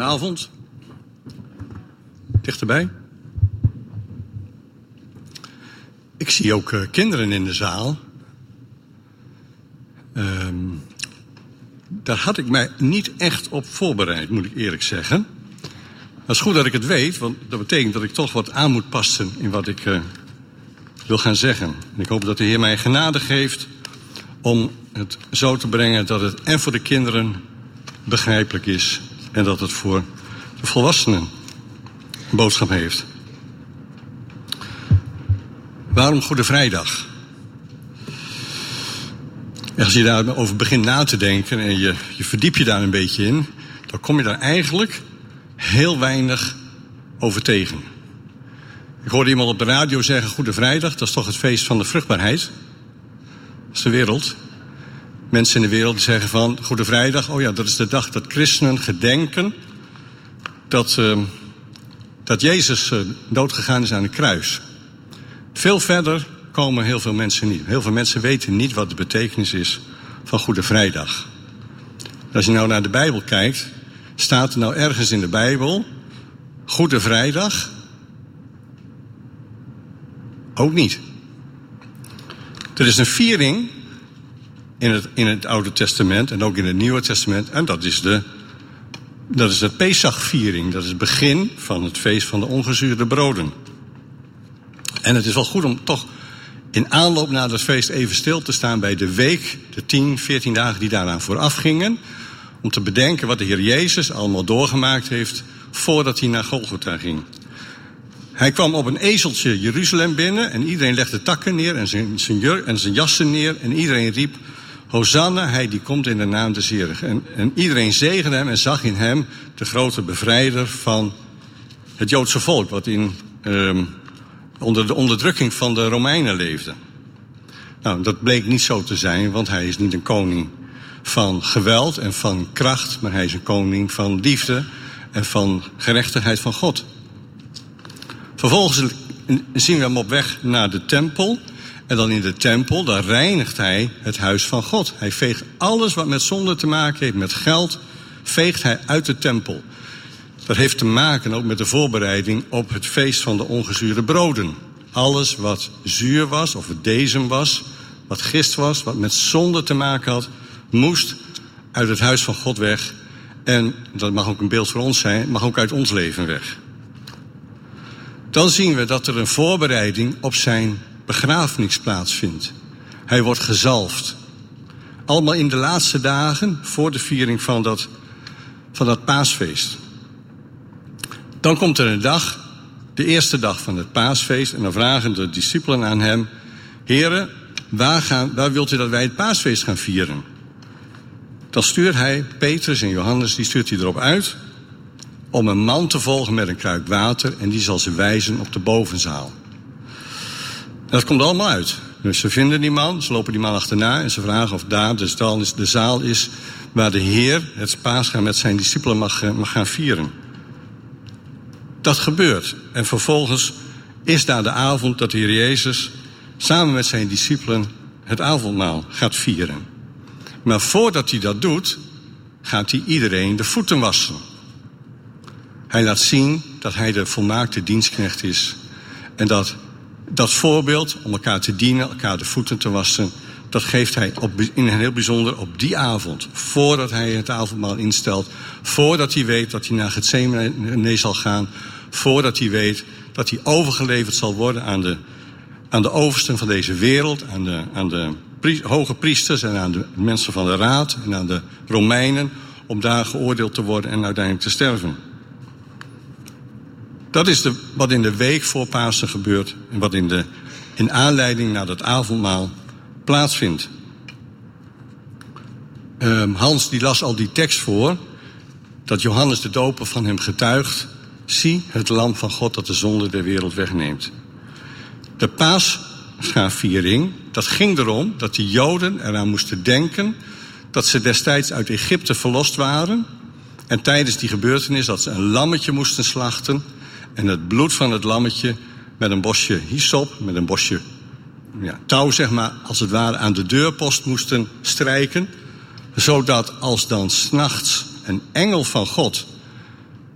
Goedenavond. Dichterbij. Ik zie ook kinderen in de zaal. Daar had ik mij niet echt op voorbereid, moet ik eerlijk zeggen. Het is goed dat ik het weet, want dat betekent dat ik toch wat aan moet passen in wat ik wil gaan zeggen. En ik hoop dat de Heer mij genade geeft om het zo te brengen dat het en voor de kinderen begrijpelijk is en dat het voor de volwassenen een boodschap heeft. Waarom Goede Vrijdag? En als je daarover begint na te denken en je verdiep je daar een beetje in, dan kom je daar eigenlijk heel weinig over tegen. Ik hoorde iemand op de radio zeggen, Goede Vrijdag, dat is toch het feest van de vruchtbaarheid? Dat is de wereld. Mensen in de wereld die zeggen van, Goede Vrijdag, oh ja, dat is de dag dat christenen gedenken dat Jezus doodgegaan is aan het kruis. Veel verder komen heel veel mensen niet. Heel veel mensen weten niet wat de betekenis is van Goede Vrijdag. Als je nou naar de Bijbel kijkt, staat er nou ergens in de Bijbel Goede Vrijdag? Ook niet. Er is een viering in het Oude Testament en ook in het Nieuwe Testament. En dat is de Pesachviering. Dat is het begin van het feest van de ongezuurde broden. En het is wel goed om toch in aanloop naar dat feest even stil te staan bij de week, de 10, 14 dagen die daaraan vooraf gingen. Om te bedenken wat de Heer Jezus allemaal doorgemaakt heeft voordat hij naar Golgotha ging. Hij kwam op een ezeltje Jeruzalem binnen en iedereen legde takken neer en zijn jassen neer. En iedereen riep, Hosanna, hij die komt in de naam des Heeren. En iedereen zegende hem en zag in hem de grote bevrijder van het Joodse volk, wat onder de onderdrukking van de Romeinen leefde. Nou, dat bleek niet zo te zijn, want hij is niet een koning van geweld en van kracht, maar hij is een koning van liefde en van gerechtigheid van God. Vervolgens zien we hem op weg naar de tempel. En dan in de tempel, daar reinigt hij het huis van God. Hij veegt alles wat met zonde te maken heeft, met geld, veegt hij uit de tempel. Dat heeft te maken ook met de voorbereiding op het feest van de ongezuurde broden. Alles wat zuur was, of het dezen was, wat gist was, wat met zonde te maken had, moest uit het huis van God weg. En dat mag ook een beeld voor ons zijn, mag ook uit ons leven weg. Dan zien we dat er een voorbereiding op zijn begrafenis plaatsvindt. Hij wordt gezalfd. Allemaal in de laatste dagen voor de viering van dat paasfeest. Dan komt er een dag, de eerste dag van het paasfeest, en dan vragen de discipelen aan hem, Heere, waar wilt u dat wij het paasfeest gaan vieren? Dan stuurt hij Petrus en Johannes, die stuurt hij erop uit om een man te volgen met een kruik water en die zal ze wijzen op de bovenzaal. En dat komt allemaal uit. Dus ze vinden die man, ze lopen die man achterna en ze vragen of daar de zaal is waar de Heer het Paasgaan met zijn discipelen mag gaan vieren. Dat gebeurt. En vervolgens is daar de avond dat de Heer Jezus samen met zijn discipelen het avondmaal gaat vieren. Maar voordat hij dat doet, gaat hij iedereen de voeten wassen. Hij laat zien dat hij de volmaakte dienstknecht is. En dat voorbeeld om elkaar te dienen, elkaar de voeten te wassen, dat geeft hij in een heel bijzonder op die avond. Voordat hij het avondmaal instelt. Voordat hij weet dat hij naar Getsemane zal gaan. Voordat hij weet dat hij overgeleverd zal worden aan de oversten van deze wereld. Aan de hoge priesters en aan de mensen van de raad en aan de Romeinen. Om daar geoordeeld te worden en uiteindelijk te sterven. Dat is wat in de week voor Pasen gebeurt en wat in aanleiding naar dat avondmaal plaatsvindt. Hans die las al die tekst voor, dat Johannes de Doper van hem getuigt. Zie het lam van God dat de zonde der wereld wegneemt. De Paasgaviering, dat ging erom dat de Joden eraan moesten denken dat ze destijds uit Egypte verlost waren. En tijdens die gebeurtenis dat ze een lammetje moesten slachten. En het bloed van het lammetje met een bosje hyssop, met een bosje touw, zeg maar, als het ware aan de deurpost moesten strijken. Zodat als dan 's nachts een engel van God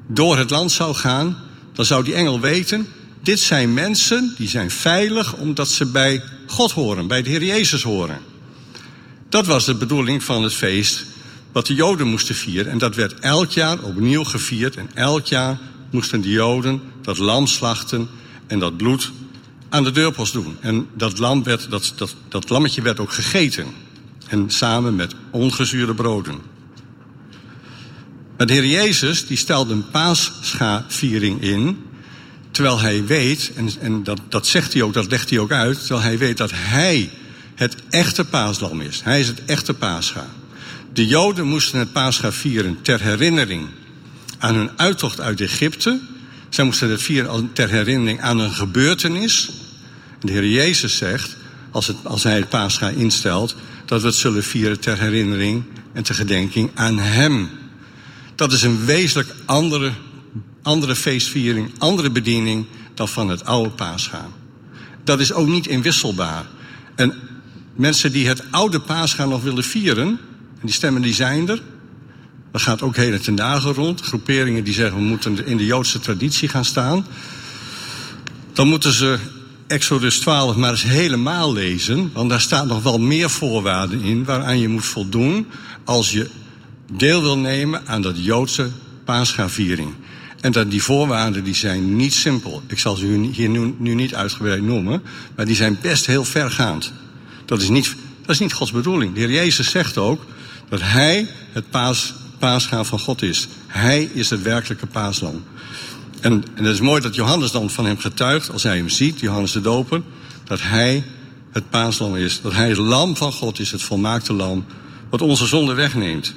door het land zou gaan, dan zou die engel weten, dit zijn mensen die zijn veilig omdat ze bij God horen, bij de Heer Jezus horen. Dat was de bedoeling van het feest wat de Joden moesten vieren. En dat werd elk jaar opnieuw gevierd. En elk jaar moesten de Joden dat lam slachten en dat bloed aan de deurpost doen. En dat lammetje werd ook gegeten. En samen met ongezuurde broden. Maar de Heer Jezus die stelde een Pascha-viering in, terwijl hij weet, en dat zegt hij ook, dat legt hij ook uit, terwijl hij weet dat hij het echte paaslam is. Hij is het echte Pascha. De Joden moesten het Pascha vieren ter herinnering aan hun uittocht uit Egypte. Zij moesten het vieren ter herinnering aan een gebeurtenis. En de Heer Jezus zegt, als hij het Pascha instelt, dat we het zullen vieren ter herinnering en ter gedenking aan hem. Dat is een wezenlijk andere feestviering, andere bediening dan van het oude Pascha. Dat is ook niet inwisselbaar. En mensen die het oude Pascha nog willen vieren, en die stemmen die zijn er. Dat gaat ook heden ten dagen rond. Groeperingen die zeggen we moeten in de Joodse traditie gaan staan. Dan moeten ze Exodus 12 maar eens helemaal lezen. Want daar staat nog wel meer voorwaarden in waaraan je moet voldoen als je deel wil nemen aan dat Joodse Pascha-viering. En dat die voorwaarden die zijn niet simpel. Ik zal ze hier nu niet uitgebreid noemen, maar die zijn best heel vergaand. Dat is niet Gods bedoeling. De Heer Jezus zegt ook dat hij het Pascha van God is. Hij is het werkelijke paaslam. En het is mooi dat Johannes dan van hem getuigt, als hij hem ziet, Johannes de Doper, dat hij het paaslam is. Dat hij het lam van God is, het volmaakte lam, wat onze zonde wegneemt.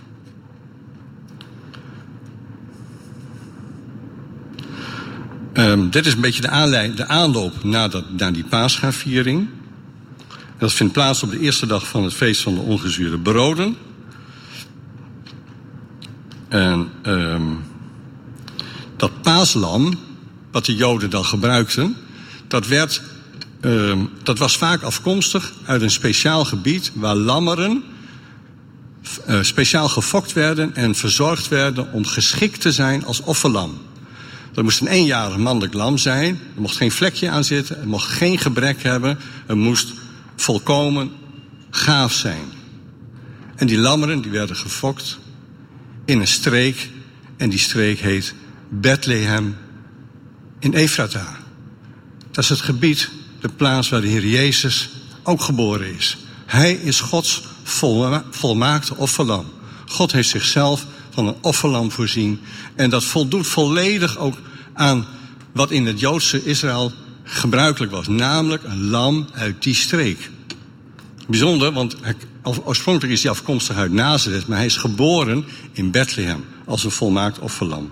Dit is een beetje de aanloop naar die Pascha-viering. Dat vindt plaats op de eerste dag van het feest van de ongezuurde broden. En dat paaslam, wat de Joden dan gebruikten, dat was vaak afkomstig uit een speciaal gebied waar lammeren speciaal gefokt werden en verzorgd werden om geschikt te zijn als offerlam. Dat moest een eenjarig mannelijk lam zijn. Er mocht geen vlekje aan zitten. Het mocht geen gebrek hebben. Het moest volkomen gaaf zijn. En die lammeren die werden gefokt in een streek. En die streek heet Bethlehem in Efrata. Dat is het gebied, de plaats waar de Heer Jezus ook geboren is. Hij is Gods volmaakte offerlam. God heeft zichzelf van een offerlam voorzien. En dat voldoet volledig ook aan wat in het Joodse Israël gebruikelijk was. Namelijk een lam uit die streek. Bijzonder, want oorspronkelijk is hij afkomstig uit Nazareth, maar hij is geboren in Bethlehem als een volmaakt offerlam.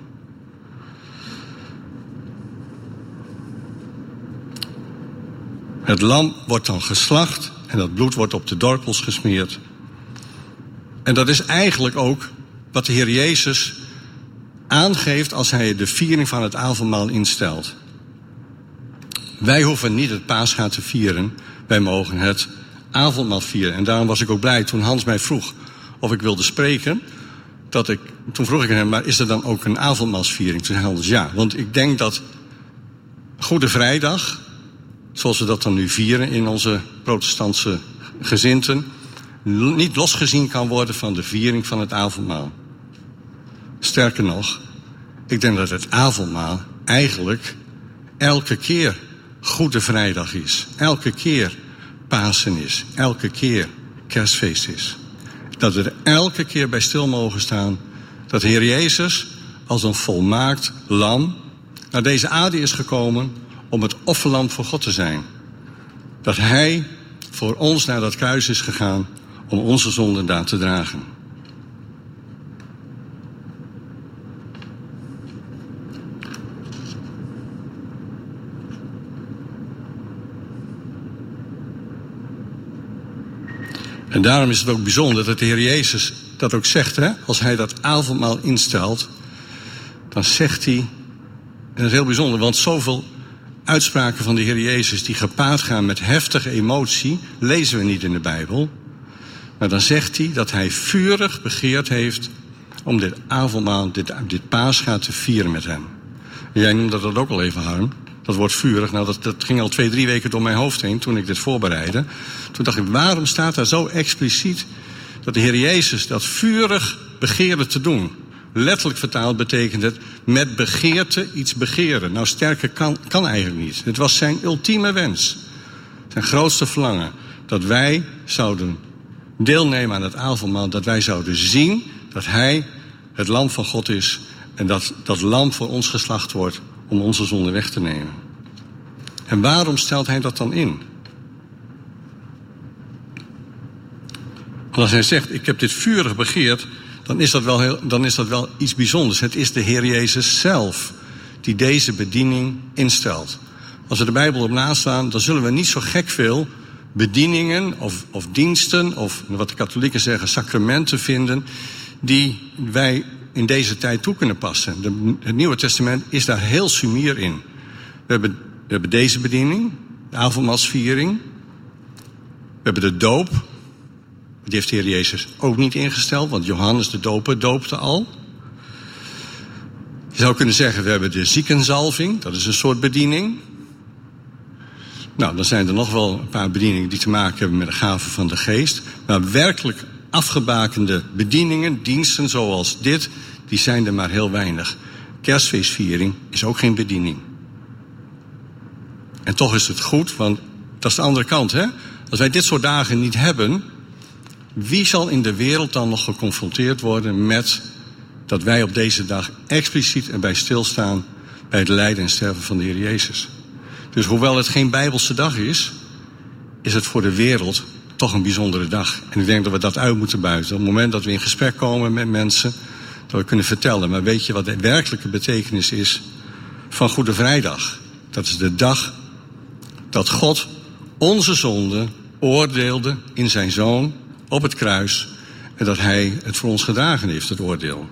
Het lam wordt dan geslacht en dat bloed wordt op de dorpels gesmeerd. En dat is eigenlijk ook wat de Heer Jezus aangeeft als hij de viering van het avondmaal instelt. Wij hoeven niet het Pascha te vieren, wij mogen het avondmaal vieren. En daarom was ik ook blij toen Hans mij vroeg of ik wilde spreken. Toen vroeg ik hem, maar is er dan ook een avondmaalsviering? Toen zei Hans ja, want ik denk dat Goede Vrijdag, zoals we dat dan nu vieren in onze protestantse gezinten, niet losgezien kan worden van de viering van het avondmaal. Sterker nog, ik denk dat het avondmaal eigenlijk elke keer Goede Vrijdag is. Elke keer Pasen is. Elke keer Kerstfeest is. Dat we er elke keer bij stil mogen staan dat de Heer Jezus als een volmaakt lam naar deze aarde is gekomen om het offerlam voor God te zijn. Dat hij voor ons naar dat kruis is gegaan om onze zonden daar te dragen. En daarom is het ook bijzonder dat de Heer Jezus dat ook zegt. Hè? Als hij dat avondmaal instelt, dan zegt hij, en dat is heel bijzonder, want zoveel uitspraken van de Heer Jezus die gepaard gaan met heftige emotie, lezen we niet in de Bijbel. Maar dan zegt hij dat hij vurig begeerd heeft om dit avondmaal, dit Pascha te vieren met hem. En jij noemde dat ook al even, Harm. Dat woord vurig, nou dat ging al 2-3 weken door mijn hoofd heen toen ik dit voorbereidde. Toen dacht ik, waarom staat daar zo expliciet dat de Heer Jezus dat vurig begeerde te doen? Letterlijk vertaald betekent het met begeerte iets begeren. Nou, sterker kan eigenlijk niet. Het was zijn ultieme wens. Zijn grootste verlangen. Dat wij zouden deelnemen aan het avondmaal. Dat wij zouden zien dat hij het lam van God is. En dat dat lam voor ons geslacht wordt om onze zonde weg te nemen. En waarom stelt hij dat dan in? Want als hij zegt, ik heb dit vurig begeerd, dan is dat wel iets bijzonders. Het is de Heer Jezus zelf die deze bediening instelt. Als we de Bijbel op naslaan, dan zullen we niet zo gek veel bedieningen of diensten, of wat de katholieken zeggen, sacramenten vinden, die wij in deze tijd toe kunnen passen. Het Nieuwe Testament is daar heel sumier in. We hebben deze bediening, de avondmaalsviering. We hebben de doop. Die heeft de Heer Jezus ook niet ingesteld, want Johannes de Doper doopte al. Je zou kunnen zeggen, we hebben de ziekenzalving, dat is een soort bediening. Nou, dan zijn er nog wel een paar bedieningen die te maken hebben met de gaven van de geest. Maar werkelijk afgebakende bedieningen, diensten zoals dit, die zijn er maar heel weinig. Kerstfeestviering is ook geen bediening. En toch is het goed, want dat is de andere kant, hè? Als wij dit soort dagen niet hebben, wie zal in de wereld dan nog geconfronteerd worden met dat wij op deze dag expliciet erbij stilstaan bij het lijden en sterven van de Heer Jezus? Dus hoewel het geen Bijbelse dag is, is het voor de wereld toch een bijzondere dag. En ik denk dat we dat uit moeten buiten. Op het moment dat we in gesprek komen met mensen, dat we kunnen vertellen. Maar weet je wat de werkelijke betekenis is van Goede Vrijdag? Dat is de dag dat God onze zonde oordeelde in zijn Zoon op het kruis. En dat hij het voor ons gedragen heeft, het oordeel.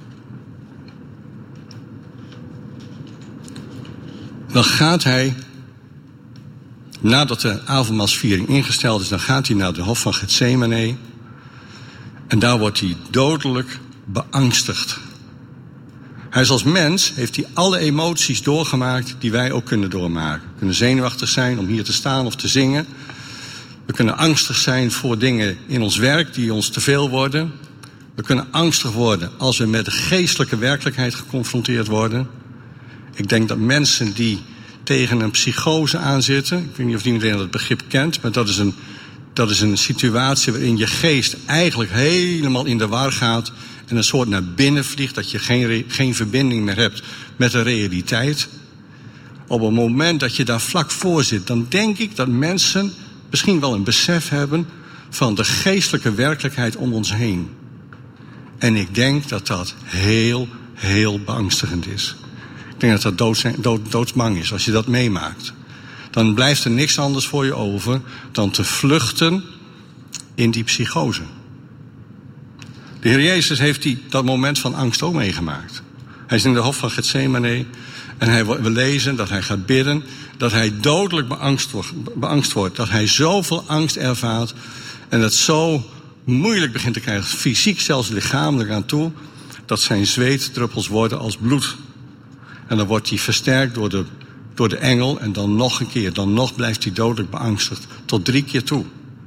Dan gaat hij, nadat de avondmaalsviering ingesteld is, dan gaat hij naar de hof van Getsemane. En daar wordt hij dodelijk beangstigd. Hij is als mens, heeft hij alle emoties doorgemaakt die wij ook kunnen doormaken. We kunnen zenuwachtig zijn om hier te staan of te zingen. We kunnen angstig zijn voor dingen in ons werk die ons te veel worden. We kunnen angstig worden als we met de geestelijke werkelijkheid geconfronteerd worden. Ik denk dat mensen die tegen een psychose aanzitten, ik weet niet of iedereen dat begrip kent, maar dat is een situatie waarin je geest eigenlijk helemaal in de war gaat en een soort naar binnen vliegt, dat je geen verbinding meer hebt met de realiteit. Op het moment dat je daar vlak voor zit, dan denk ik dat mensen misschien wel een besef hebben van de geestelijke werkelijkheid om ons heen. En ik denk dat dat heel, heel beangstigend is. Ik denk dat dat doodsbang is als je dat meemaakt. Dan blijft er niks anders voor je over dan te vluchten in die psychose. De Heer Jezus heeft dat moment van angst ook meegemaakt. Hij is in de hof van Getsemane en we lezen dat hij gaat bidden, dat hij dodelijk beangst wordt. Dat hij zoveel angst ervaart en het zo moeilijk begint te krijgen, fysiek zelfs lichamelijk aan toe, dat zijn zweetdruppels worden als bloed. En dan wordt hij versterkt door de engel en dan nog een keer. Dan nog blijft hij dodelijk beangstigd. Tot 3 keer toe.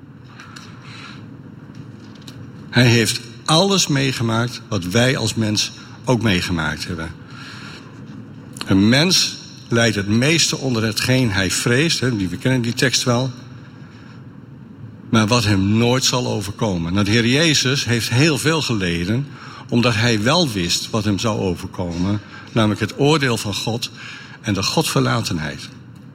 Hij heeft alles meegemaakt wat wij als mens ook meegemaakt hebben. Een mens lijdt het meeste onder hetgeen hij vreest. We kennen die tekst wel. Maar wat hem nooit zal overkomen. Nou, de Heer Jezus heeft heel veel geleden, omdat hij wel wist wat hem zou overkomen. Namelijk het oordeel van God en de godverlatenheid.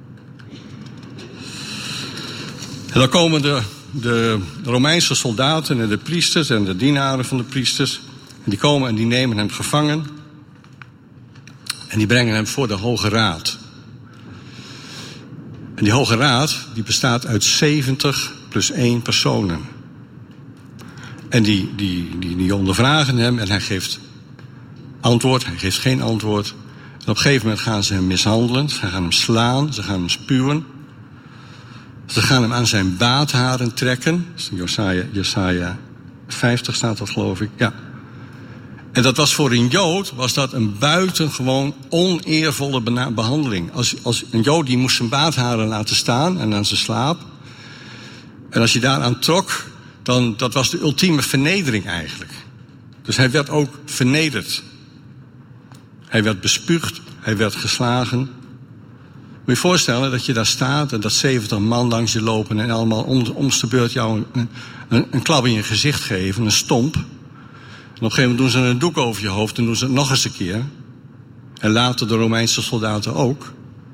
En dan komen de Romeinse soldaten en de priesters en de dienaren van de priesters. En die komen en die nemen hem gevangen. En die brengen hem voor de Hoge Raad. En die Hoge Raad die bestaat uit 70 plus 1 personen. En die ondervragen hem en hij geeft antwoord, hij geeft geen antwoord. En op een gegeven moment gaan ze hem mishandelen, ze gaan hem slaan, ze gaan hem spuwen. Ze gaan hem aan zijn baardharen trekken. Jesaja 50 staat dat, geloof ik. Ja. En dat was voor een Jood een buitengewoon oneervolle behandeling. Als een Jood die moest zijn baardharen laten staan en aan zijn slaap. En als je daaraan trok, dan dat was de ultieme vernedering eigenlijk. Dus hij werd ook vernederd. Hij werd bespuugd, hij werd geslagen. Moet je je voorstellen dat je daar staat en dat 70 man langs je lopen en allemaal om de beurt jou een klap in je gezicht geven, een stomp. En op een gegeven moment doen ze een doek over je hoofd en doen ze het nog eens een keer. En later de Romeinse soldaten ook.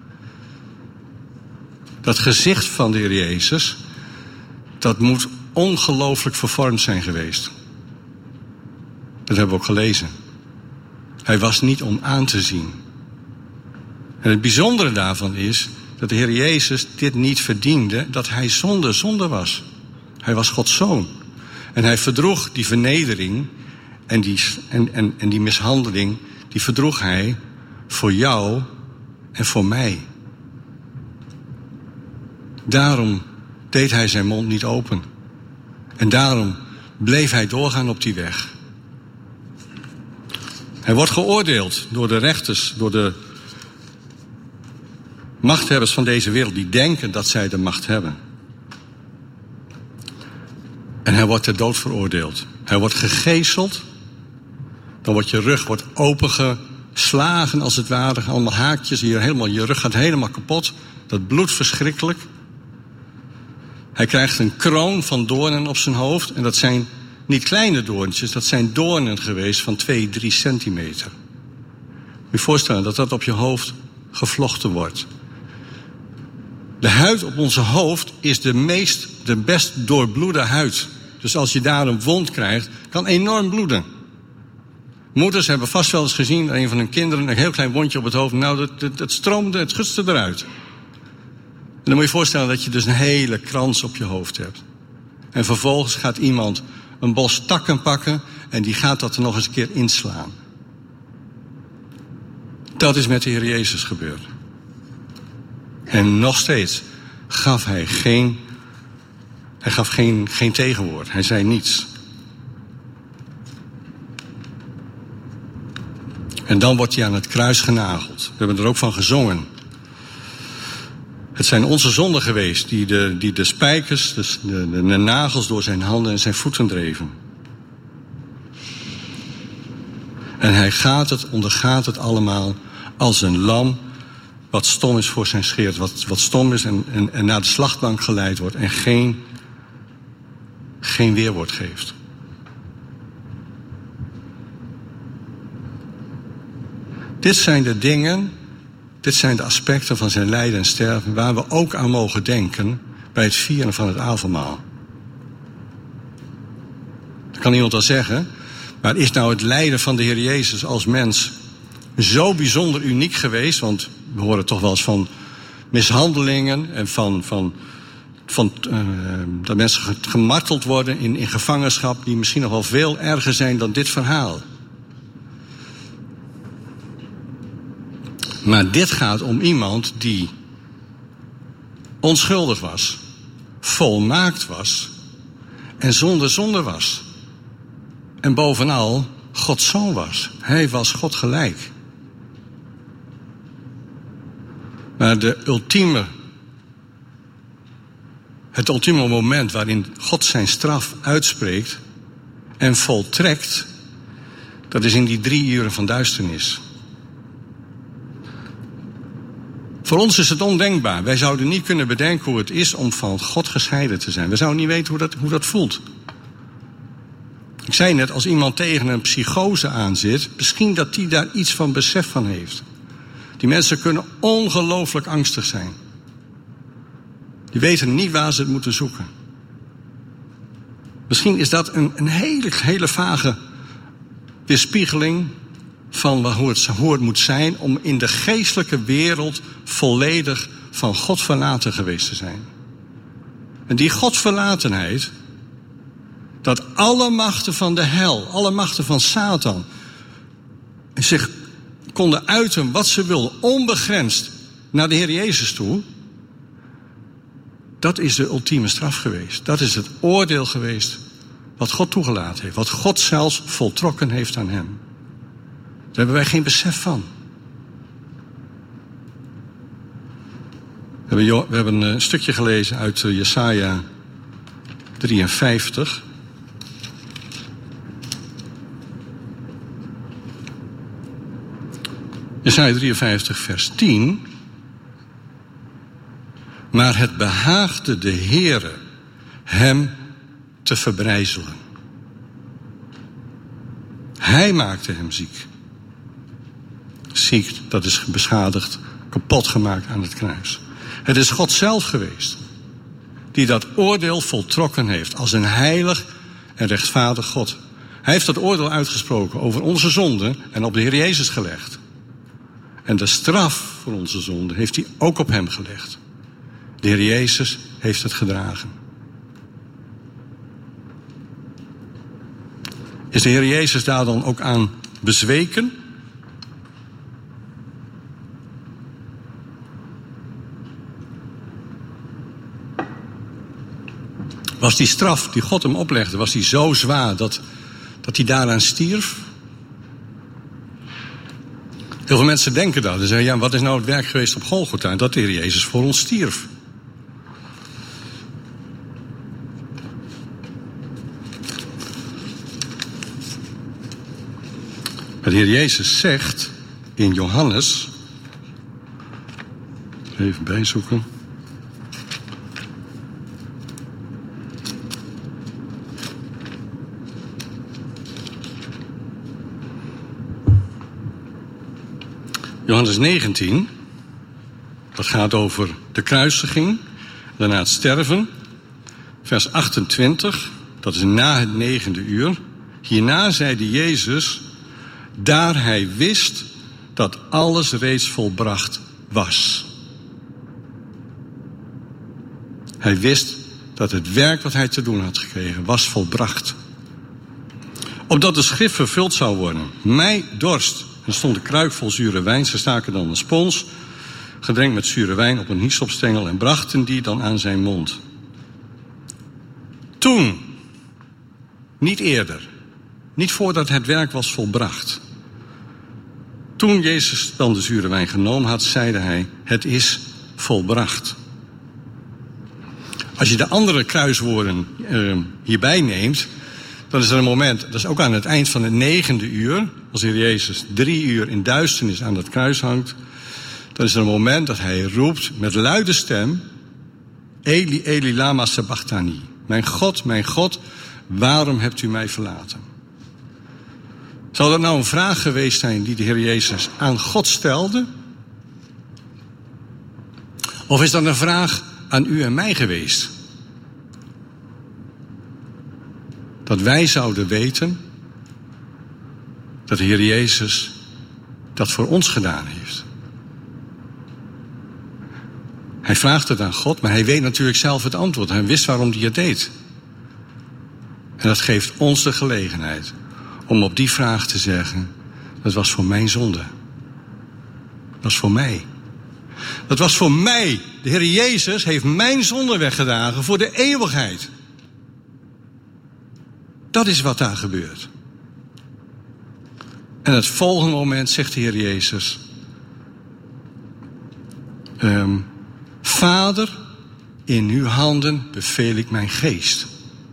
Dat gezicht van de Heer Jezus, dat moet ongelooflijk vervormd zijn geweest. Dat hebben we ook gelezen. Hij was niet om aan te zien. En het bijzondere daarvan is dat de Heer Jezus dit niet verdiende, dat hij zonder zonde was. Hij was Gods zoon. En hij verdroeg die vernedering en die mishandeling, die verdroeg hij voor jou en voor mij. Daarom deed hij zijn mond niet open. En daarom bleef hij doorgaan op die weg. Hij wordt geoordeeld door de rechters, door de machthebbers van deze wereld die denken dat zij de macht hebben. En hij wordt ter dood veroordeeld. Hij wordt gegezeld. Dan wordt je rug opengeslagen als het ware. Allemaal haakjes. Je rug gaat helemaal kapot. Dat bloedt verschrikkelijk. Hij krijgt een kroon van doornen op zijn hoofd. En dat zijn niet kleine doorntjes. Dat zijn doornen geweest van 2-3 centimeter. Moet je voorstellen dat dat op je hoofd gevlochten wordt. De huid op onze hoofd is de best doorbloede huid. Dus als je daar een wond krijgt, kan enorm bloeden. Moeders hebben vast wel eens gezien dat een van hun kinderen een heel klein wondje op het hoofd. Nou, het stroomde, het gutste eruit. En dan moet je je voorstellen dat je dus een hele krans op je hoofd hebt. En vervolgens gaat iemand een bos takken pakken en die gaat dat er nog eens een keer inslaan. Dat is met de Heer Jezus gebeurd. En nog steeds gaf hij geen tegenwoord. Hij zei niets. En dan wordt hij aan het kruis genageld. We hebben er ook van gezongen. Het zijn onze zonden geweest die de spijkers, dus de nagels door zijn handen en zijn voeten dreven. En hij ondergaat het allemaal als een lam wat stom is voor zijn scheer, wat stom is en naar de slachtbank geleid wordt en geen weerwoord geeft. Dit zijn de dingen, dit zijn de aspecten van zijn lijden en sterven waar we ook aan mogen denken bij het vieren van het avondmaal. Dat kan iemand wel zeggen, maar is nou het lijden van de Heer Jezus als mens zo bijzonder uniek geweest? Want we horen toch wel eens van mishandelingen en van dat mensen gemarteld worden in gevangenschap die misschien nog wel veel erger zijn dan dit verhaal. Maar dit gaat om iemand die onschuldig was, volmaakt was en zonder zonde was. En bovenal Gods zoon was. Hij was God gelijk. Maar het ultieme moment waarin God zijn straf uitspreekt en voltrekt, dat is in die 3 uren van duisternis. Voor ons is het ondenkbaar. Wij zouden niet kunnen bedenken hoe het is om van God gescheiden te zijn. We zouden niet weten hoe dat voelt. Ik zei net, als iemand tegen een psychose aanzit, misschien dat die daar iets van besef van heeft. Die mensen kunnen ongelooflijk angstig zijn. Die weten niet waar ze het moeten zoeken. Misschien is dat een hele vage weerspiegeling van hoe het moet zijn om in de geestelijke wereld volledig van God verlaten geweest te zijn. En die godsverlatenheid, dat alle machten van de hel, alle machten van Satan zich konden uiten wat ze wilden, onbegrensd naar de Heer Jezus toe, dat is de ultieme straf geweest. Dat is het oordeel geweest wat God toegelaten heeft, wat God zelfs voltrokken heeft aan hem. Daar hebben wij geen besef van. We hebben een stukje gelezen uit Jesaja 53. Jesaja 53 vers 10. Maar het behaagde de Heere hem te verbrijzelen. Hij maakte hem ziek. Ziek, dat is beschadigd, kapot gemaakt aan het kruis. Het is God zelf geweest die dat oordeel voltrokken heeft als een heilig en rechtvaardig God. Hij heeft dat oordeel uitgesproken over onze zonden en op de Heer Jezus gelegd. En de straf voor onze zonden heeft hij ook op hem gelegd. De Heer Jezus heeft het gedragen. Is de Heer Jezus daar dan ook aan bezweken? Was die straf die God hem oplegde, was die zo zwaar dat hij daaraan stierf? Heel veel mensen denken dat. Ze zeggen, ja, wat is nou het werk geweest op Golgotha? Dat de Heer Jezus voor ons stierf. Maar de Heer Jezus zegt in Johannes, even bijzoeken. Johannes 19, dat gaat over de kruisiging, daarna het sterven. Vers 28, dat is na het 9e uur. Hierna zeide Jezus, daar hij wist dat alles reeds volbracht was. Hij wist dat het werk wat hij te doen had gekregen was volbracht. Opdat de schrift vervuld zou worden. Mij dorst. Er stond een kruik vol zure wijn. Ze staken dan een spons, gedrenkt met zure wijn, op een hyssopstengel en brachten die dan aan zijn mond. Toen, niet eerder, niet voordat het werk was volbracht. Toen Jezus dan de zure wijn genomen had, zeide hij, het is volbracht. Als je de andere kruiswoorden hierbij neemt, dan is er een moment, dat is ook aan het eind van het 9e uur, als de Heer Jezus 3 uur in duisternis aan dat kruis hangt, dan is er een moment dat hij roept met luide stem, Eli, Eli, lama sabachthani. Mijn God, waarom hebt u mij verlaten? Zou dat nou een vraag geweest zijn die de Heer Jezus aan God stelde? Of is dat een vraag aan u en mij geweest? Dat wij zouden weten dat de Heer Jezus dat voor ons gedaan heeft. Hij vraagt het aan God, maar hij weet natuurlijk zelf het antwoord. Hij wist waarom hij het deed. En dat geeft ons de gelegenheid om op die vraag te zeggen, dat was voor mijn zonde. Dat was voor mij. Dat was voor mij. De Heer Jezus heeft mijn zonde weggedragen voor de eeuwigheid. Dat is wat daar gebeurt. En het volgende moment zegt de Heer Jezus, Vader, in uw handen beveel ik mijn geest.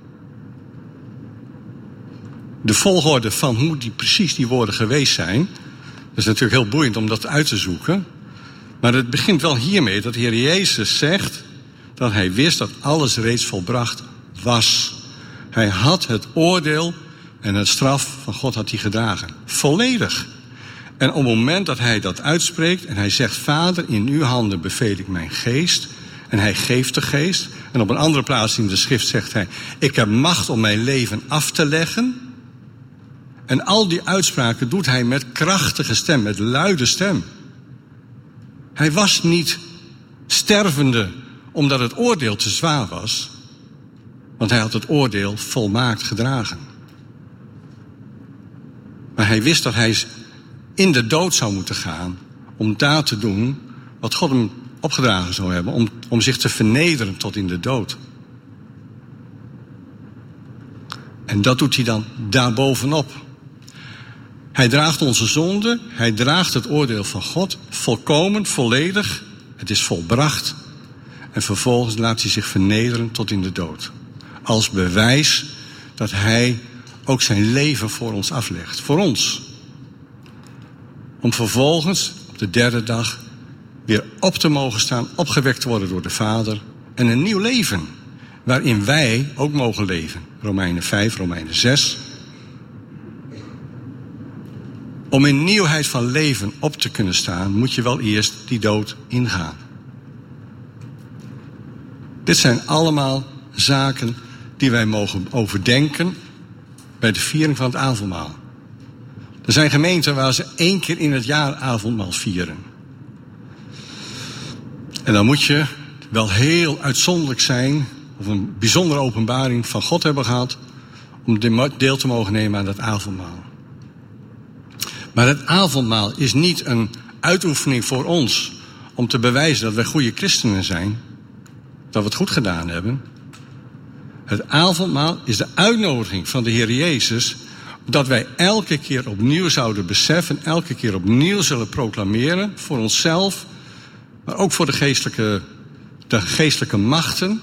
De volgorde van hoe precies die woorden geweest zijn, dat is natuurlijk heel boeiend om dat uit te zoeken. Maar het begint wel hiermee dat de Heer Jezus zegt dat hij wist dat alles reeds volbracht was. Hij had het oordeel en het straf van God had hij gedragen. Volledig. En op het moment dat hij dat uitspreekt en hij zegt, Vader, in uw handen beveel ik mijn geest. En hij geeft de geest. En op een andere plaats in de schrift zegt hij, ik heb macht om mijn leven af te leggen. En al die uitspraken doet hij met krachtige stem, met luide stem. Hij was niet stervende omdat het oordeel te zwaar was. Want hij had het oordeel volmaakt gedragen. Maar hij wist dat hij in de dood zou moeten gaan om daar te doen wat God hem opgedragen zou hebben. Om zich te vernederen tot in de dood. En dat doet hij dan daarbovenop. Hij draagt onze zonde, hij draagt het oordeel van God, volkomen, volledig. Het is volbracht. En vervolgens laat hij zich vernederen tot in de dood. Als bewijs dat hij ook zijn leven voor ons aflegt. Voor ons. Om vervolgens op de derde dag weer op te mogen staan, opgewekt te worden door de Vader. En een nieuw leven, waarin wij ook mogen leven. Romeinen 5, Romeinen 6. Om in nieuwheid van leven op te kunnen staan, moet je wel eerst die dood ingaan. Dit zijn allemaal zaken die wij mogen overdenken bij de viering van het avondmaal. Er zijn gemeenten waar ze 1 keer in het jaar avondmaal vieren. En dan moet je wel heel uitzonderlijk zijn, of een bijzondere openbaring van God hebben gehad, om deel te mogen nemen aan dat avondmaal. Maar het avondmaal is niet een uitoefening voor ons om te bewijzen dat wij goede christenen zijn, dat we het goed gedaan hebben. Het avondmaal is de uitnodiging van de Heer Jezus, dat wij elke keer opnieuw zouden beseffen, elke keer opnieuw zullen proclameren voor onszelf, maar ook voor de geestelijke machten,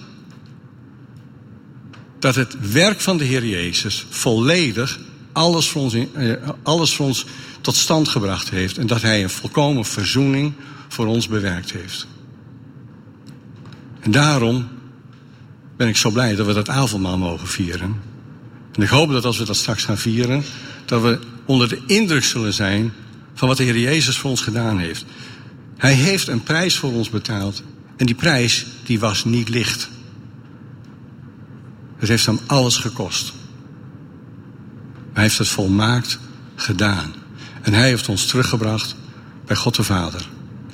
dat het werk van de Heer Jezus volledig alles voor ons tot stand gebracht heeft en dat hij een volkomen verzoening voor ons bewerkt heeft. En daarom ben ik zo blij dat we dat avondmaal mogen vieren. En ik hoop dat als we dat straks gaan vieren, dat we onder de indruk zullen zijn van wat de Heer Jezus voor ons gedaan heeft. Hij heeft een prijs voor ons betaald. En die prijs, die was niet licht. Het heeft hem alles gekost. Hij heeft het volmaakt gedaan. En hij heeft ons teruggebracht bij God de Vader.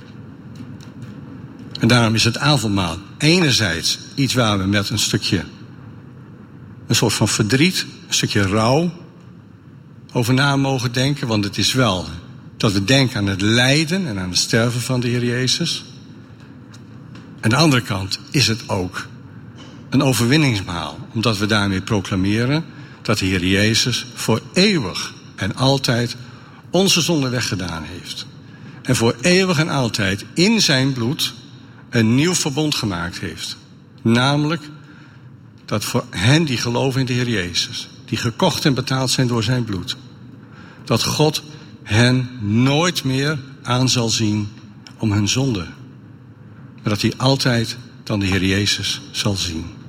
En daarom is het avondmaal enerzijds iets waar we met een soort van verdriet, een stukje rouw over na mogen denken. Want het is wel dat we denken aan het lijden en aan het sterven van de Heer Jezus. Aan de andere kant is het ook een overwinningsmaal. Omdat we daarmee proclameren dat de Heer Jezus voor eeuwig en altijd onze zonde weggedaan heeft. En voor eeuwig en altijd in zijn bloed een nieuw verbond gemaakt heeft. Namelijk dat voor hen die geloven in de Heer Jezus, die gekocht en betaald zijn door zijn bloed, dat God hen nooit meer aan zal zien om hun zonde. Maar dat hij altijd dan de Heer Jezus zal zien.